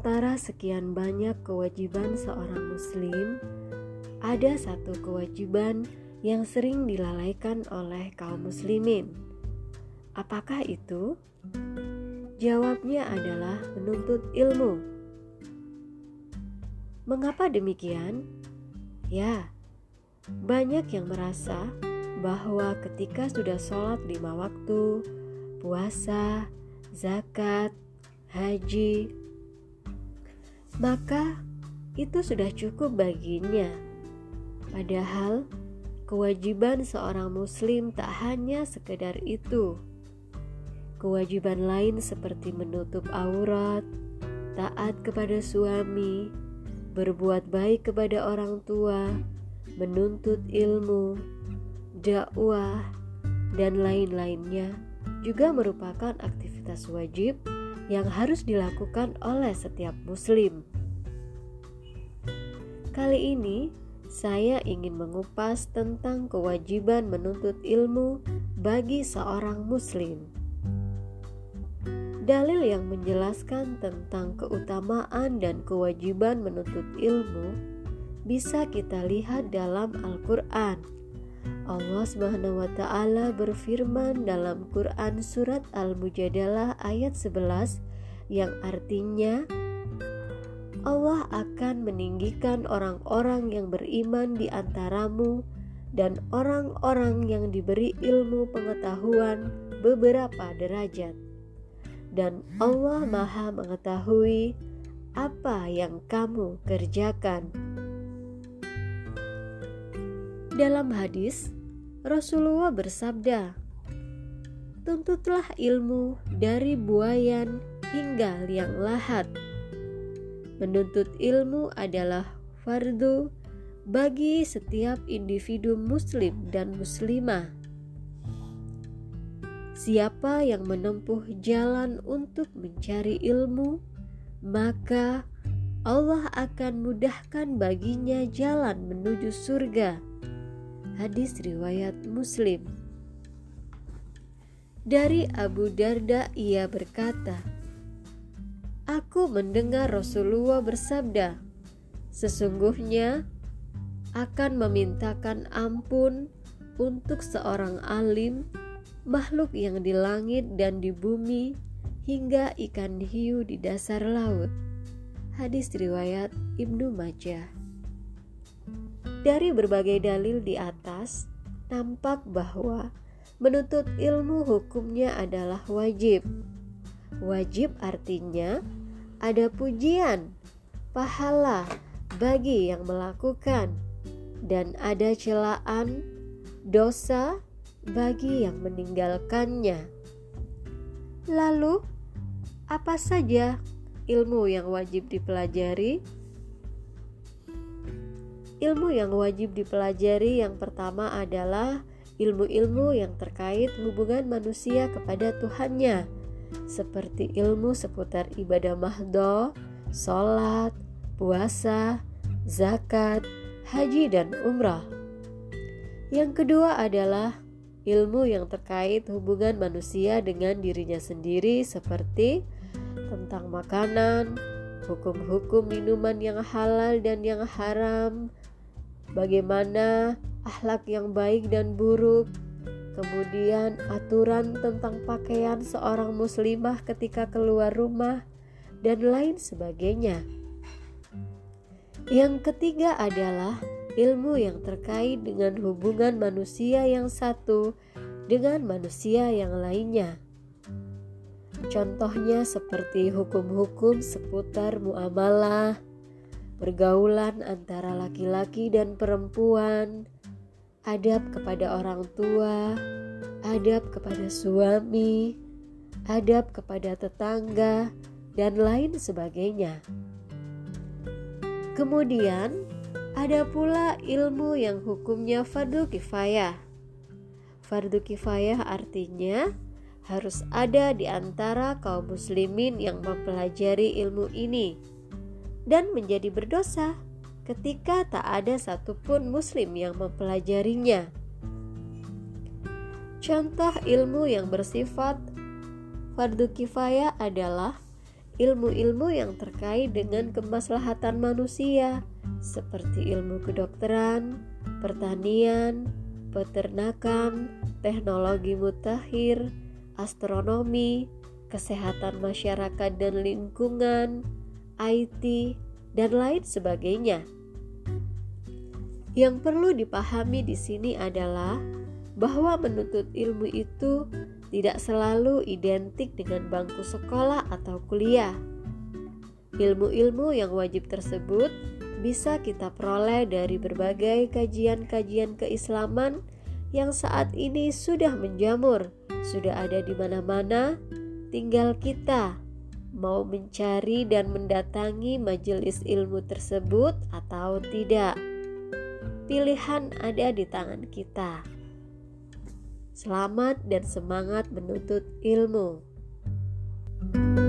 antara sekian banyak kewajiban seorang muslim, ada satu kewajiban yang sering dilalaikan oleh kaum muslimin. Apakah itu? Jawabnya adalah menuntut ilmu. Mengapa demikian? Ya, banyak yang merasa bahwa ketika sudah sholat 5 waktu, puasa, zakat, haji, maka itu sudah cukup baginya. Padahal kewajiban seorang muslim tak hanya sekedar itu. Kewajiban lain seperti menutup aurat, taat kepada suami, berbuat baik kepada orang tua, menuntut ilmu, dakwah, dan lain-lainnya juga merupakan aktivitas wajib yang harus dilakukan oleh setiap muslim. Kali ini saya ingin mengupas tentang kewajiban menuntut ilmu bagi seorang muslim. Dalil yang menjelaskan tentang keutamaan dan kewajiban menuntut ilmu bisa kita lihat dalam Al-Quran. Allah SWT berfirman dalam Quran surat Al-Mujadalah ayat 11 yang artinya, Allah akan meninggikan orang-orang yang beriman di antaramu dan orang-orang yang diberi ilmu pengetahuan beberapa derajat. Dan Allah Maha mengetahui apa yang kamu kerjakan. Dalam hadis, Rasulullah bersabda, tuntutlah ilmu dari buayan hingga liang lahat. Menuntut ilmu adalah fardu bagi setiap individu muslim dan muslimah. Siapa yang menempuh jalan untuk mencari ilmu, maka Allah akan mudahkan baginya jalan menuju surga. Hadis riwayat Muslim. Dari Abu Darda ia berkata, aku mendengar Rasulullah bersabda, sesungguhnya akan memintakan ampun untuk seorang alim, makhluk yang di langit dan di bumi, hingga ikan hiu di dasar laut. Hadis riwayat Ibnu Majah. Dari berbagai dalil di atas, nampak bahwa menuntut ilmu hukumnya adalah wajib. Wajib artinya ada pujian, pahala bagi yang melakukan, dan ada celaan, dosa bagi yang meninggalkannya. Lalu, apa saja ilmu yang wajib dipelajari? Ilmu yang wajib dipelajari yang pertama adalah ilmu-ilmu yang terkait hubungan manusia kepada Tuhannya, seperti ilmu seputar ibadah mahdoh, sholat, puasa, zakat, haji, dan umrah. Yang kedua adalah ilmu yang terkait hubungan manusia dengan dirinya sendiri, seperti tentang makanan, hukum-hukum minuman yang halal dan yang haram, bagaimana akhlak yang baik dan buruk, kemudian aturan tentang pakaian seorang muslimah ketika keluar rumah, dan lain sebagainya. Yang ketiga adalah ilmu yang terkait dengan hubungan manusia yang satu dengan manusia yang lainnya. Contohnya seperti hukum-hukum seputar muamalah, pergaulan antara laki-laki dan perempuan, adab kepada orang tua, adab kepada suami, adab kepada tetangga, dan lain sebagainya. Kemudian ada pula ilmu yang hukumnya fardu kifayah. Fardu kifayah artinya harus ada di antara kaum muslimin yang mempelajari ilmu ini, dan menjadi berdosa ketika tak ada satupun muslim yang mempelajarinya. Contoh ilmu yang bersifat fardu kifayah adalah ilmu-ilmu yang terkait dengan kemaslahatan manusia, seperti ilmu kedokteran, pertanian, peternakan, teknologi mutakhir, astronomi, kesehatan masyarakat dan lingkungan, IT, dan lain sebagainya. Yang perlu dipahami di sini adalah bahwa menuntut ilmu itu tidak selalu identik dengan bangku sekolah atau kuliah. Ilmu-ilmu yang wajib tersebut bisa kita peroleh dari berbagai kajian-kajian keislaman yang saat ini sudah menjamur, sudah ada di mana-mana. Tinggal kita mau mencari dan mendatangi majelis ilmu tersebut atau tidak. Pilihan ada di tangan kita. Selamat dan semangat menuntut ilmu.